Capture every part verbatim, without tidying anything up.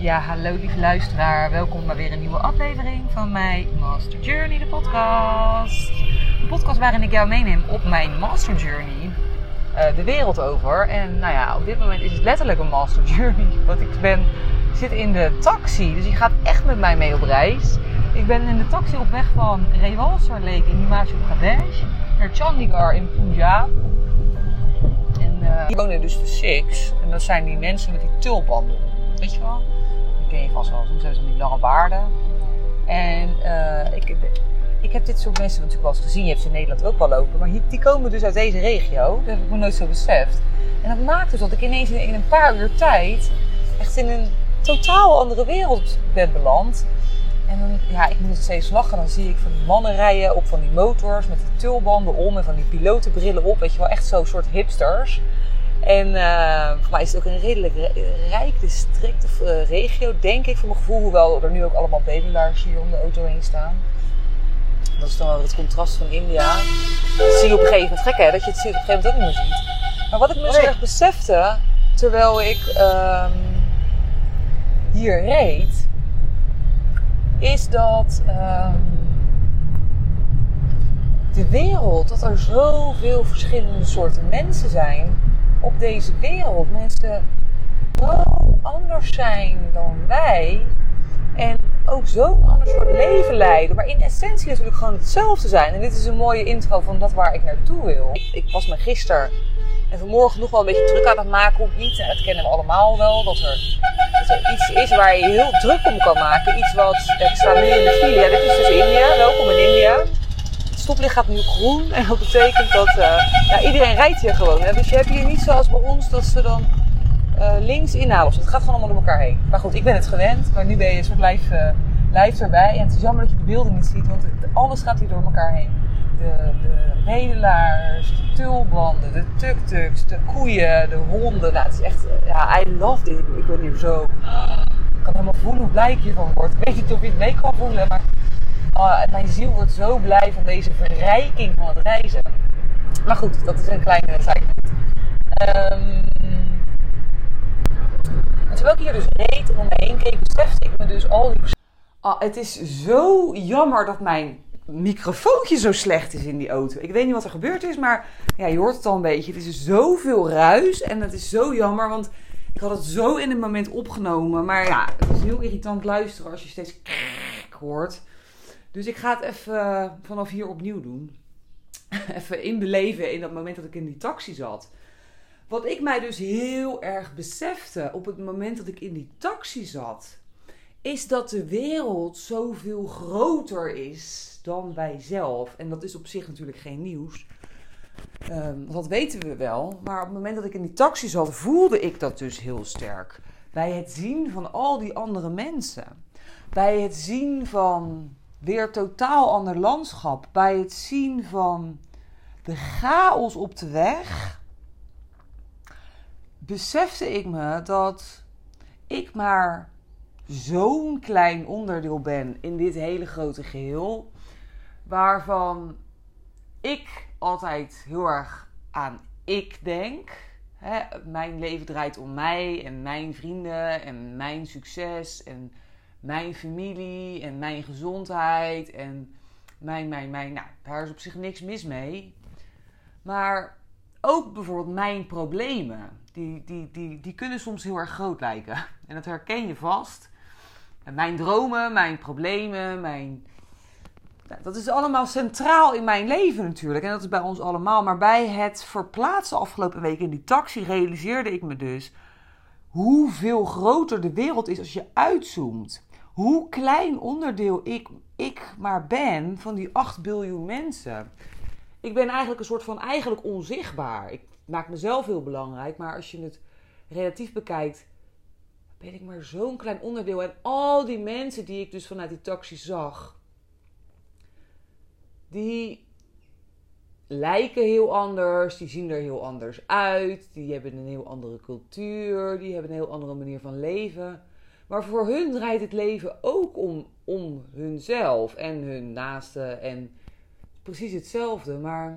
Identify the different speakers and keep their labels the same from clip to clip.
Speaker 1: Ja, hallo lieve luisteraar. Welkom bij weer een nieuwe aflevering van mijn Master Journey, de podcast. Een podcast waarin ik jou meeneem op mijn Master Journey uh, de wereld over. En nou ja, op dit moment is het letterlijk een Master Journey. Want ik ben, zit in de taxi, dus je gaat echt met mij mee op reis. Ik ben in de taxi op weg van Rewalsar Lake in Himachal Pradesh naar Chandigarh in Punjab. En uh, die wonen dus de Sikhs. En dat zijn die mensen met die tulbanden. Weet je wel? Die ken je vast wel. Soms hebben ze die lange baarden. En uh, ik, ik heb dit soort mensen natuurlijk wel eens gezien. Je hebt ze in Nederland ook wel lopen. Maar die komen dus uit deze regio. Dat heb ik me nooit zo beseft. En dat maakt dus dat ik ineens in een paar uur tijd echt in een totaal andere wereld ben beland. En dan, ja, ik moet nog steeds lachen. Dan zie ik van die mannen rijden op van die motors met die tulbanden om en van die pilotenbrillen op. Weet je wel, echt zo'n soort hipsters. En uh, voor mij is het ook een redelijk rijk district of uh, regio, denk ik, voor mijn gevoel. Hoewel er nu ook allemaal babylaars hier om de auto heen staan. Dat is dan wel het contrast van India. Dat zie je op een gegeven moment, gek hè, dat je het op een gegeven moment ook niet meer ziet. Maar wat ik me zo erg besefte, terwijl ik uh, hier reed, is dat uh, de wereld, dat er zoveel verschillende soorten mensen zijn op deze wereld. Mensen zo anders zijn dan wij en ook zo'n ander soort leven leiden, maar in essentie natuurlijk gewoon hetzelfde zijn. En dit is een mooie intro van dat waar ik naartoe wil. Ik, ik was me gisteren en vanmorgen nog wel een beetje druk aan het maken om iets. En dat kennen we allemaal wel, dat er, dat er iets is waar je heel druk om kan maken. Iets wat, ik sta nu in de file, ja, dit is dus India, welkom in India. Het stoplicht gaat nu op groen en dat betekent dat uh, ja, iedereen rijdt hier gewoon. Hè? Dus je hebt hier niet zoals bij ons dat ze dan uh, links inhalen. Dus het gaat gewoon allemaal door elkaar heen. Maar goed, ik ben het gewend, maar nu ben je een soort live, uh, live erbij. En het is jammer dat je de beelden niet ziet, want het, alles gaat hier door elkaar heen. De, de bedelaars, de tulbanden, de tuk-tuks, de koeien, de honden. Nou, het is echt, ja, I love dit. Ik ben hier zo, ik kan helemaal voelen hoe blij ik hiervan word. Ik weet niet of je het mee kan voelen, maar oh, mijn ziel wordt zo blij van deze verrijking van het reizen. Maar goed, dat is een kleine zijkant. Um, en terwijl ik hier dus reed en om me heen keek, besefte ik me dus al die... Oh, het is zo jammer dat mijn microfoontje zo slecht is in die auto. Ik weet niet wat er gebeurd is, maar ja, je hoort het al een beetje. Het is zoveel ruis en het is zo jammer, want ik had het zo in een moment opgenomen. Maar ja, het is heel irritant luisteren als je steeds hoort. Dus ik ga het even vanaf hier opnieuw doen. Even inbeleven in dat moment dat ik in die taxi zat. Wat ik mij dus heel erg besefte op het moment dat ik in die taxi zat, is dat de wereld zoveel groter is dan wij zelf. En dat is op zich natuurlijk geen nieuws. Um, dat weten we wel. Maar op het moment dat ik in die taxi zat, voelde ik dat dus heel sterk. Bij het zien van al die andere mensen. Bij het zien van weer totaal ander landschap. Bij het zien van de chaos op de weg, besefte ik me dat ik maar zo'n klein onderdeel ben in dit hele grote geheel, waarvan ik altijd heel erg aan ik denk. Hè, mijn leven draait om mij en mijn vrienden en mijn succes en mijn familie en mijn gezondheid en mijn, mijn, mijn... Nou, daar is op zich niks mis mee. Maar ook bijvoorbeeld mijn problemen, die, die, die, die kunnen soms heel erg groot lijken. En dat herken je vast. En mijn dromen, mijn problemen, mijn... Nou, dat is allemaal centraal in mijn leven natuurlijk. En dat is bij ons allemaal. Maar bij het verplaatsen afgelopen week in die taxi realiseerde ik me dus hoeveel groter de wereld is als je uitzoomt. Hoe klein onderdeel ik, ik maar ben van die acht biljoen mensen. Ik ben eigenlijk een soort van eigenlijk onzichtbaar. Ik maak mezelf heel belangrijk, maar als je het relatief bekijkt, ben ik maar zo'n klein onderdeel. En al die mensen die ik dus vanuit die taxi zag, die lijken heel anders, die zien er heel anders uit, die hebben een heel andere cultuur, die hebben een heel andere manier van leven. Maar voor hun draait het leven ook om, om hunzelf en hun naasten en precies hetzelfde. Maar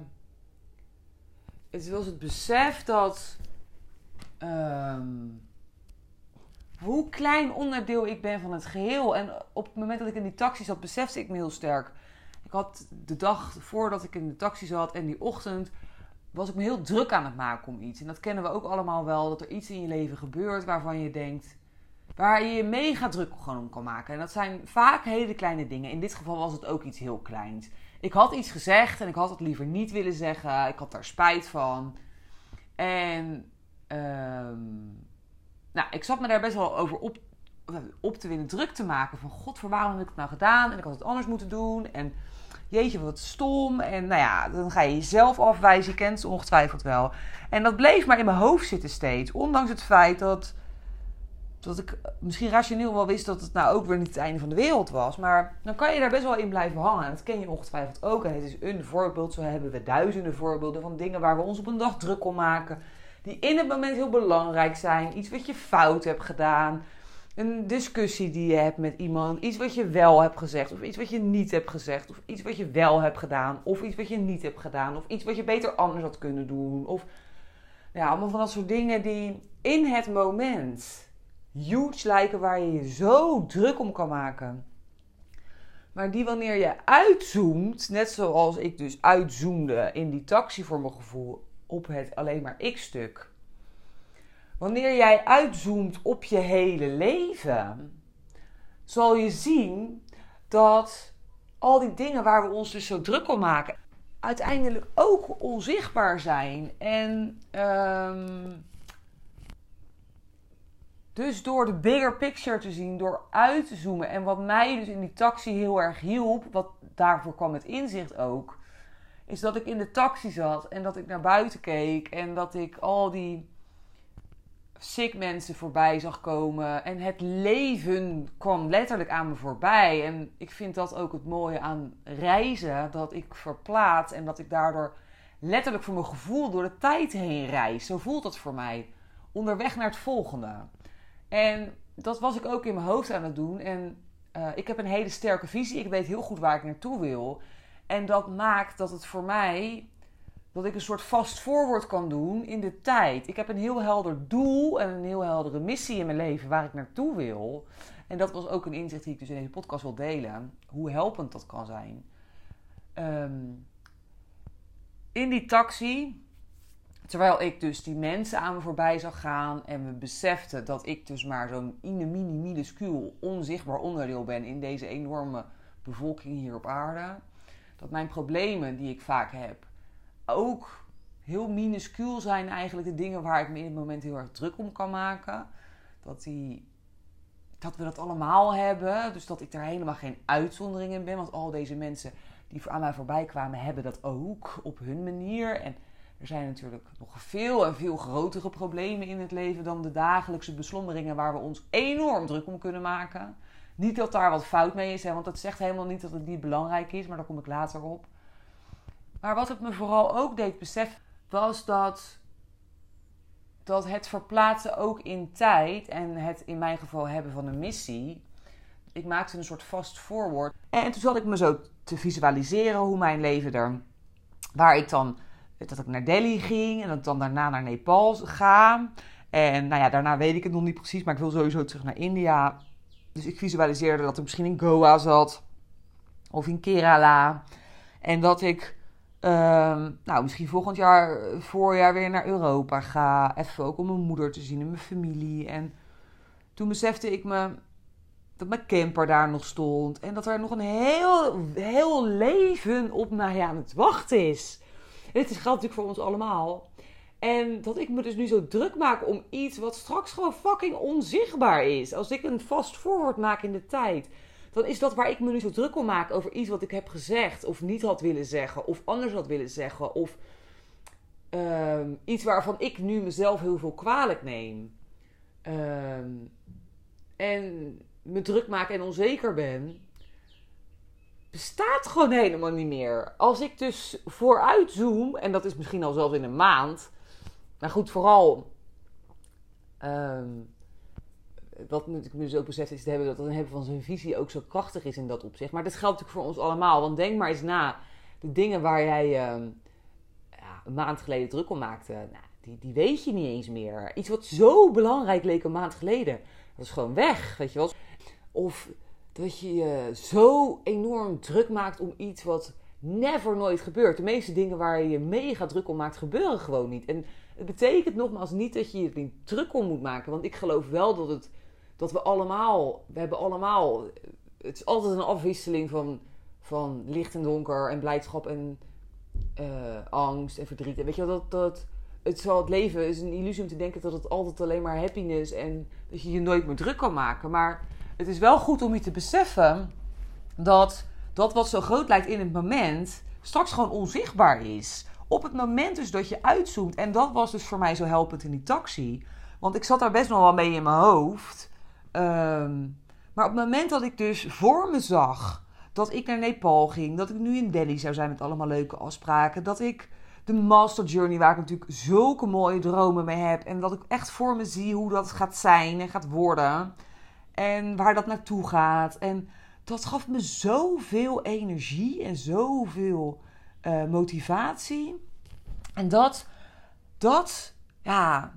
Speaker 1: het was het besef dat, um, hoe klein onderdeel ik ben van het geheel. En op het moment dat ik in die taxi zat, besefte ik me heel sterk. Ik had de dag voordat ik in de taxi zat en die ochtend was ik me heel druk aan het maken om iets. En dat kennen we ook allemaal wel, dat er iets in je leven gebeurt waarvan je denkt, waar je je mega druk gewoon om kan maken. En dat zijn vaak hele kleine dingen. In dit geval was het ook iets heel kleins. Ik had iets gezegd en ik had het liever niet willen zeggen. Ik had daar spijt van. En um, nou, ik zat me daar best wel over op, op te winnen, druk te maken. Van god, voor waarom heb ik het nou gedaan? En ik had het anders moeten doen. En jeetje, wat stom. En nou ja, dan ga je jezelf afwijzen. Je kent ze ongetwijfeld wel. En dat bleef maar in mijn hoofd zitten steeds. Ondanks het feit dat, dat ik misschien rationeel wel wist dat het nou ook weer niet het einde van de wereld was. Maar dan kan je daar best wel in blijven hangen. En dat ken je ongetwijfeld ook. En het is een voorbeeld. Zo hebben we duizenden voorbeelden van dingen waar we ons op een dag druk om maken. Die in het moment heel belangrijk zijn. Iets wat je fout hebt gedaan. Een discussie die je hebt met iemand. Iets wat je wel hebt gezegd. Of iets wat je niet hebt gezegd. Of iets wat je wel hebt gedaan. Of iets wat je niet hebt gedaan. Of iets wat je beter anders had kunnen doen. Of ja, allemaal van dat soort dingen die in het moment huge lijken. Waar je je zo druk om kan maken. Maar die wanneer je uitzoomt. Net zoals ik dus uitzoomde in die taxi voor mijn gevoel. Op het alleen maar ik-stuk. Wanneer jij uitzoomt op je hele leven, zal je zien dat al die dingen waar we ons dus zo druk om maken, uiteindelijk ook onzichtbaar zijn. En um, dus door de bigger picture te zien, door uit te zoomen. En wat mij dus in die taxi heel erg hielp, wat daarvoor kwam het inzicht ook, is dat ik in de taxi zat en dat ik naar buiten keek en dat ik al die sick mensen voorbij zag komen. En het leven kwam letterlijk aan me voorbij. En ik vind dat ook het mooie aan reizen, dat ik verplaats en dat ik daardoor letterlijk voor mijn gevoel door de tijd heen reis. Zo voelt het voor mij. Onderweg naar het volgende. En dat was ik ook in mijn hoofd aan het doen. En uh, ik heb een hele sterke visie. Ik weet heel goed waar ik naartoe wil. En dat maakt dat het voor mij, dat ik een soort fast forward kan doen in de tijd. Ik heb een heel helder doel en een heel heldere missie in mijn leven waar ik naartoe wil. En dat was ook een inzicht die ik dus in deze podcast wil delen. Hoe helpend dat kan zijn. Um, in die taxi, terwijl ik dus die mensen aan me voorbij zag gaan en me besefte dat ik dus maar zo'n mini, mini, minuscuul, onzichtbaar onderdeel ben in deze enorme bevolking hier op aarde. Dat mijn problemen die ik vaak heb ook heel minuscuul zijn eigenlijk de dingen waar ik me in het moment heel erg druk om kan maken. Dat, die, dat we dat allemaal hebben. Dus dat ik daar helemaal geen uitzondering in ben. Want al deze mensen die aan mij voorbij kwamen hebben dat ook op hun manier. En er zijn natuurlijk nog veel en veel grotere problemen in het leven dan de dagelijkse beslommeringen waar we ons enorm druk om kunnen maken. Niet dat daar wat fout mee is, hè, want dat zegt helemaal niet dat het niet belangrijk is, maar daar kom ik later op. Maar wat het me vooral ook deed beseffen, was dat, dat het verplaatsen ook in tijd en het in mijn geval hebben van een missie. Ik maakte een soort fast forward. En toen zat ik me zo te visualiseren hoe mijn leven er, waar ik dan, dat ik naar Delhi ging en dat ik dan daarna naar Nepal ga. En nou ja, daarna weet ik het nog niet precies, maar ik wil sowieso terug naar India. Dus ik visualiseerde dat ik misschien in Goa zat. Of in Kerala. En dat ik um, nou, misschien volgend jaar, voorjaar weer naar Europa ga. Even ook om mijn moeder te zien en mijn familie. En toen besefte ik me dat mijn camper daar nog stond. En dat er nog een heel, heel leven op mij aan het wachten is. En dit geldt natuurlijk voor ons allemaal. En dat ik me dus nu zo druk maak om iets wat straks gewoon fucking onzichtbaar is. Als ik een fast forward maak in de tijd, dan is dat waar ik me nu zo druk om maak over iets wat ik heb gezegd of niet had willen zeggen of anders had willen zeggen. Of um, iets waarvan ik nu mezelf heel veel kwalijk neem. Um, en me druk maak en onzeker ben, bestaat gewoon helemaal niet meer. Als ik dus vooruit zoom, en dat is misschien al zelfs in een maand. Maar goed, vooral um, wat ik me dus ook besef is te hebben, dat het hebben van zijn visie ook zo krachtig is in dat opzicht. Maar dat geldt natuurlijk voor ons allemaal. Want denk maar eens na, de dingen waar jij um, ja, een maand geleden druk om maakte, nou, die, die weet je niet eens meer. Iets wat zo belangrijk leek een maand geleden, dat is gewoon weg, weet je wel. Of dat je je zo enorm druk maakt om iets wat never nooit gebeurt. De meeste dingen waar je je mega druk om maakt, gebeuren gewoon niet. En het betekent nogmaals niet dat je je er niet druk om moet maken. Want ik geloof wel dat, het, dat we allemaal, we hebben allemaal, het is altijd een afwisseling van, van licht en donker en blijdschap en uh, angst en verdriet. En weet je wel, dat, dat het, zal het leven is een illusie om te denken dat het altijd alleen maar happiness en dat je je nooit meer druk kan maken. Maar het is wel goed om je te beseffen dat dat wat zo groot lijkt in het moment straks gewoon onzichtbaar is. Op het moment dus dat je uitzoomt. En dat was dus voor mij zo helpend in die taxi. Want ik zat daar best nog wel mee in mijn hoofd. Um, maar op het moment dat ik dus voor me zag dat ik naar Nepal ging, dat ik nu in Delhi zou zijn met allemaal leuke afspraken, dat ik de Master Journey, waar ik natuurlijk zulke mooie dromen mee heb, en dat ik echt voor me zie hoe dat gaat zijn en gaat worden en waar dat naartoe gaat. En dat gaf me zoveel energie en zoveel uh, motivatie. En dat, dat, ja,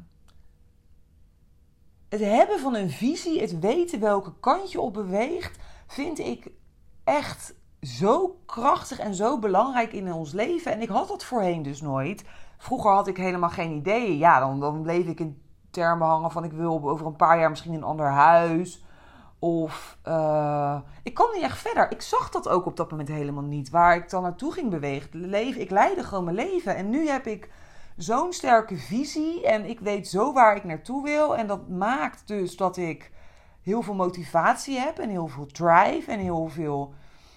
Speaker 1: het hebben van een visie, het weten welke kant je op beweegt, vind ik echt zo krachtig en zo belangrijk in ons leven. En ik had dat voorheen dus nooit. Vroeger had ik helemaal geen ideeën. Ja, dan, dan bleef ik in termen hangen van ik wil over een paar jaar misschien een ander huis. Of uh, ik kwam niet echt verder. Ik zag dat ook op dat moment helemaal niet. Waar ik dan naartoe ging bewegen. Leven, ik leidde gewoon mijn leven. En nu heb ik zo'n sterke visie. En ik weet zo waar ik naartoe wil. En dat maakt dus dat ik heel veel motivatie heb. En heel veel drive. En heel veel...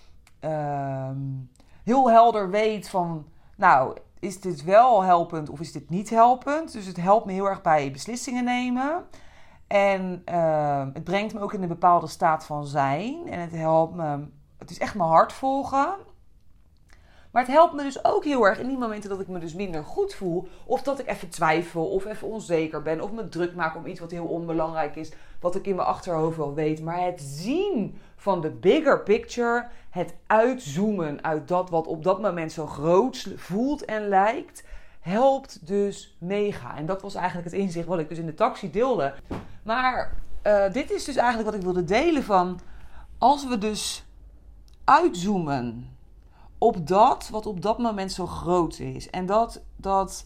Speaker 1: Uh, heel helder weet van... Nou, is dit wel helpend of is dit niet helpend? Dus het helpt me heel erg bij beslissingen nemen. En uh, het brengt me ook in een bepaalde staat van zijn. En het helpt me... Het is echt mijn hart volgen. Maar het helpt me dus ook heel erg in die momenten dat ik me dus minder goed voel. Of dat ik even twijfel of even onzeker ben. Of me druk maak om iets wat heel onbelangrijk is. Wat ik in mijn achterhoofd wel weet. Maar het zien van de bigger picture. Het uitzoomen uit dat wat op dat moment zo groot voelt en lijkt. Helpt dus mega. En dat was eigenlijk het inzicht wat ik dus in de taxi deelde. Maar uh, dit is dus eigenlijk wat ik wilde delen van... Als we dus uitzoomen op dat wat op dat moment zo groot is. En dat, dat,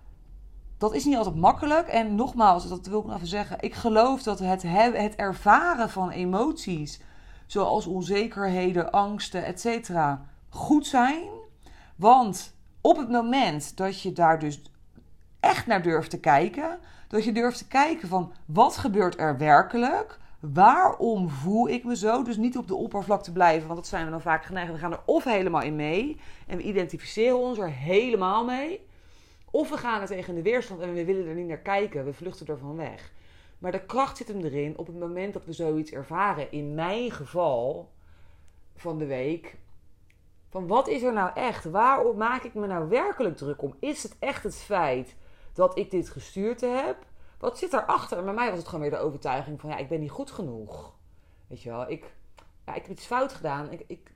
Speaker 1: dat is niet altijd makkelijk. En nogmaals, dat wil ik nog even zeggen. Ik geloof dat het, het ervaren van emoties, zoals onzekerheden, angsten, et cetera, goed zijn. Want op het moment dat je daar dus echt naar durft te kijken, dat je durft te kijken van wat gebeurt er werkelijk? Waarom voel ik me zo? Dus niet op de oppervlakte blijven, want dat zijn we dan vaak geneigd. We gaan er of helemaal in mee en we identificeren ons er helemaal mee. Of we gaan er tegen de weerstand en we willen er niet naar kijken. We vluchten ervan weg. Maar de kracht zit hem erin op het moment dat we zoiets ervaren. In mijn geval van de week. Van wat is er nou echt? Waarop maak ik me nou werkelijk druk om? Is het echt het feit dat ik dit gestuurd heb? Wat zit daarachter? En bij mij was het gewoon weer de overtuiging van... ja, ik ben niet goed genoeg. Weet je wel, ik, ja, ik heb iets fout gedaan. Ik, ik,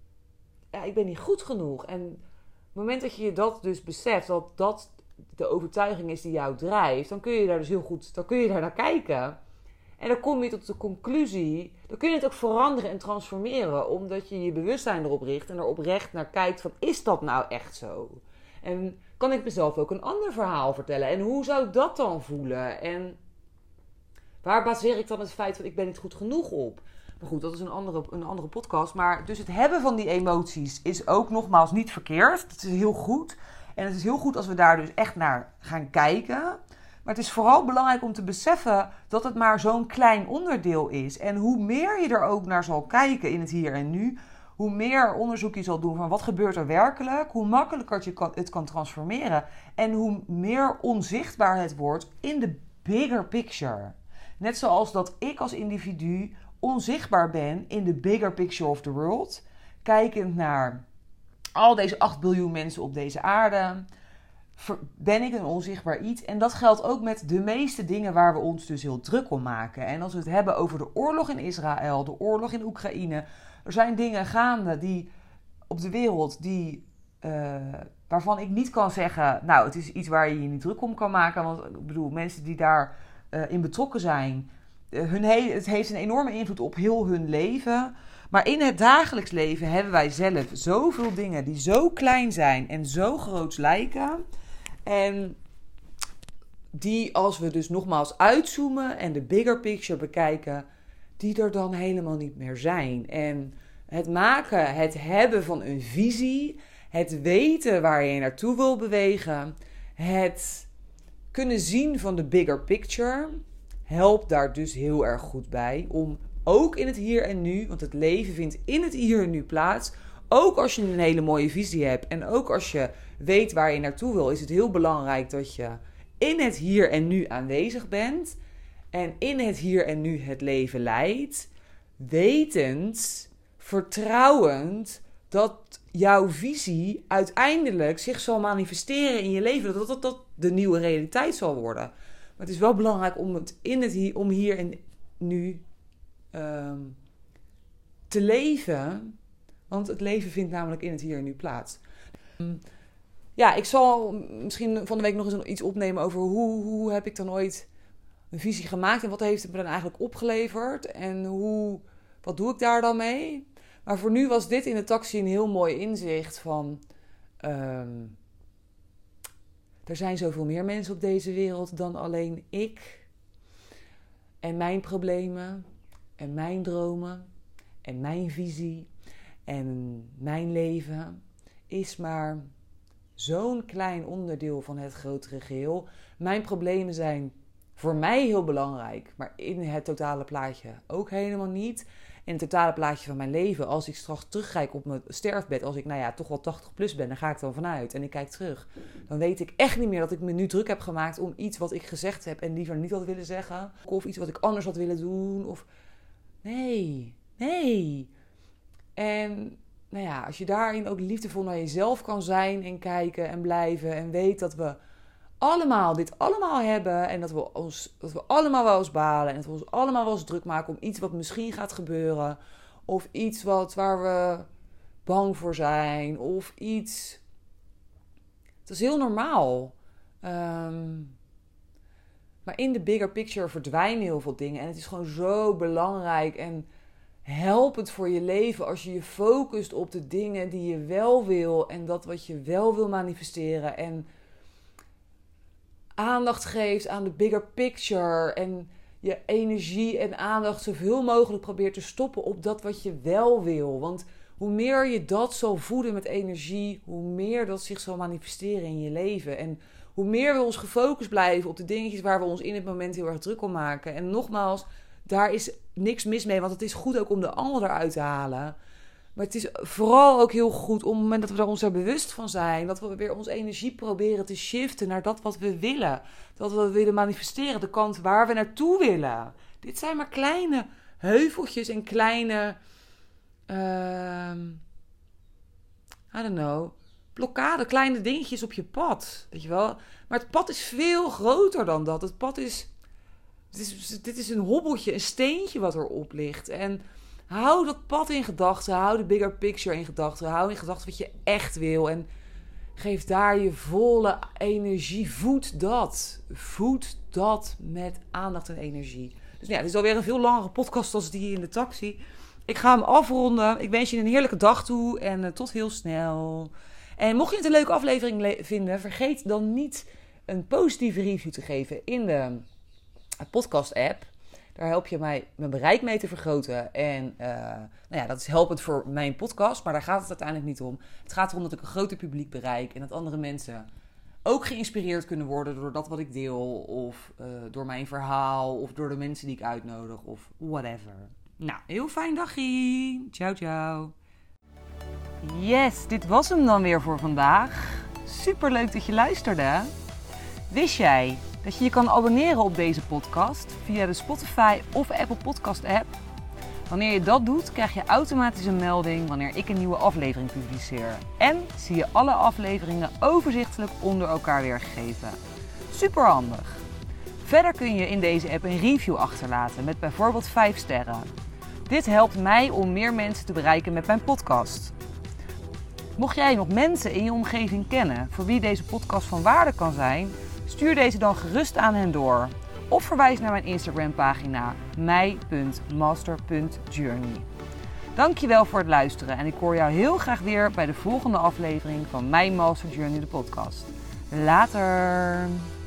Speaker 1: ja, ik ben niet goed genoeg. En op het moment dat je dat dus beseft... dat dat de overtuiging is die jou drijft... dan kun je daar dus heel goed... dan kun je daar naar kijken. En dan kom je tot de conclusie... dan kun je het ook veranderen en transformeren... omdat je je bewustzijn erop richt... en er oprecht naar kijkt van... is dat nou echt zo? En kan ik mezelf ook een ander verhaal vertellen? En hoe zou ik dat dan voelen? En waar baseer ik dan het feit dat ik ben niet goed genoeg op? Maar goed, dat is een andere, een andere podcast. Maar dus het hebben van die emoties is ook nogmaals niet verkeerd. Dat is heel goed. En het is heel goed als we daar dus echt naar gaan kijken. Maar het is vooral belangrijk om te beseffen dat het maar zo'n klein onderdeel is. En hoe meer je er ook naar zal kijken in het hier en nu... hoe meer onderzoek je zal doen van wat gebeurt er werkelijk, hoe makkelijker je het kan transformeren en hoe meer onzichtbaar het wordt in de bigger picture. Net zoals dat ik als individu onzichtbaar ben in de bigger picture of the world, kijkend naar al deze acht biljoen mensen op deze aarde, ben ik een onzichtbaar iets. En dat geldt ook met de meeste dingen waar we ons dus heel druk om maken. En als we het hebben over de oorlog in Israël, de oorlog in Oekraïne... Er zijn dingen gaande die op de wereld die, uh, waarvan ik niet kan zeggen... nou, het is iets waar je je niet druk om kan maken. Want ik bedoel, mensen die daarin uh, in betrokken zijn... hun he- het heeft een enorme invloed op heel hun leven. Maar in het dagelijks leven hebben wij zelf zoveel dingen die zo klein zijn en zo groot lijken. En die, als we dus nogmaals uitzoomen en de bigger picture bekijken, die er dan helemaal niet meer zijn. En het maken, het hebben van een visie, het weten waar je naartoe wil bewegen, het kunnen zien van de bigger picture, helpt daar dus heel erg goed bij om ook in het hier en nu, want het leven vindt in het hier en nu plaats. Ook als je een hele mooie visie hebt en ook als je weet waar je naartoe wil, is het heel belangrijk dat je in het hier en nu aanwezig bent en in het hier en nu het leven leidt, wetend, vertrouwend dat jouw visie uiteindelijk zich zal manifesteren in je leven, dat dat, dat de nieuwe realiteit zal worden. Maar het is wel belangrijk om het in het hier, om hier en nu um, te leven, want het leven vindt namelijk in het hier en nu plaats. Um, ja, ik zal misschien van de week nog eens iets opnemen over hoe, hoe heb ik dan ooit een visie gemaakt en wat heeft het me dan eigenlijk opgeleverd en hoe, wat doe ik daar dan mee? Maar voor nu was dit in de taxi een heel mooi inzicht van Um, er zijn zoveel meer mensen op deze wereld dan alleen ik. En mijn problemen. En mijn dromen. En mijn visie. En mijn leven is maar zo'n klein onderdeel van het grotere geheel. Mijn problemen zijn voor mij heel belangrijk. Maar in het totale plaatje ook helemaal niet. In het totale plaatje van mijn leven, als ik straks terugkijk op mijn sterfbed, als ik nou ja, toch wel tachtig plus ben, dan ga ik dan vanuit en ik kijk terug. Dan weet ik echt niet meer dat ik me nu druk heb gemaakt om iets wat ik gezegd heb en liever niet had willen zeggen. Of iets wat ik anders had willen doen. Of nee, nee. En nou ja, als je daarin ook liefdevol naar jezelf kan zijn en kijken en blijven en weet dat we allemaal dit allemaal hebben en dat we, ons, dat we allemaal wel eens balen en dat we ons allemaal wel eens druk maken om iets wat misschien gaat gebeuren of iets wat, waar we bang voor zijn of iets. Het is heel normaal. Um, maar in de bigger picture verdwijnen heel veel dingen en het is gewoon zo belangrijk en helpend voor je leven als je je focust op de dingen die je wel wil en dat wat je wel wil manifesteren en aandacht geeft aan de bigger picture en je energie en aandacht zoveel mogelijk probeert te stoppen op dat wat je wel wil. Want hoe meer je dat zal voeden met energie, hoe meer dat zich zal manifesteren in je leven. En hoe meer we ons gefocust blijven op de dingetjes waar we ons in het moment heel erg druk om maken. En nogmaals, daar is niks mis mee, want het is goed ook om de ander eruit te halen. Maar het is vooral ook heel goed op het moment dat we er ons er bewust van zijn. Dat we weer onze energie proberen te shiften naar dat wat we willen. Dat we willen manifesteren, de kant waar we naartoe willen. Dit zijn maar kleine heuveltjes en kleine, uh, I don't know, blokkade, kleine dingetjes op je pad. Weet je wel? Maar het pad is veel groter dan dat. Het pad is, dit is, dit is een hobbeltje, een steentje wat erop ligt. En hou dat pad in gedachten. Hou de bigger picture in gedachten. Hou in gedachten wat je echt wil. En geef daar je volle energie. Voed dat. Voed dat met aandacht en energie. Dus ja, dit is alweer een veel langere podcast als die in de taxi. Ik ga hem afronden. Ik wens je een heerlijke dag toe. En uh, tot heel snel. En mocht je het een leuke aflevering le- vinden, vergeet dan niet een positieve review te geven in de podcast app. Daar help je mij mijn bereik mee te vergroten. En uh, nou ja, dat is helpend voor mijn podcast. Maar daar gaat het uiteindelijk niet om. Het gaat erom dat ik een groter publiek bereik. En dat andere mensen ook geïnspireerd kunnen worden door dat wat ik deel. Of uh, door mijn verhaal. Of door de mensen die ik uitnodig. Of whatever. Nou, heel fijn dagje. Ciao, ciao. Yes, dit was hem dan weer voor vandaag. Super leuk dat je luisterde. Wist jij dat je je kan abonneren op deze podcast via de Spotify of Apple Podcast app? Wanneer je dat doet, krijg je automatisch een melding wanneer ik een nieuwe aflevering publiceer. En zie je alle afleveringen overzichtelijk onder elkaar weergegeven. Super handig. Verder kun je in deze app een review achterlaten met bijvoorbeeld vijf sterren. Dit helpt mij om meer mensen te bereiken met mijn podcast. Mocht jij nog mensen in je omgeving kennen voor wie deze podcast van waarde kan zijn, stuur deze dan gerust aan hen door. Of verwijs naar mijn Instagram pagina mij punt master punt journey. Dankjewel voor het luisteren en ik hoor jou heel graag weer bij de volgende aflevering van My Master Journey, de podcast. Later!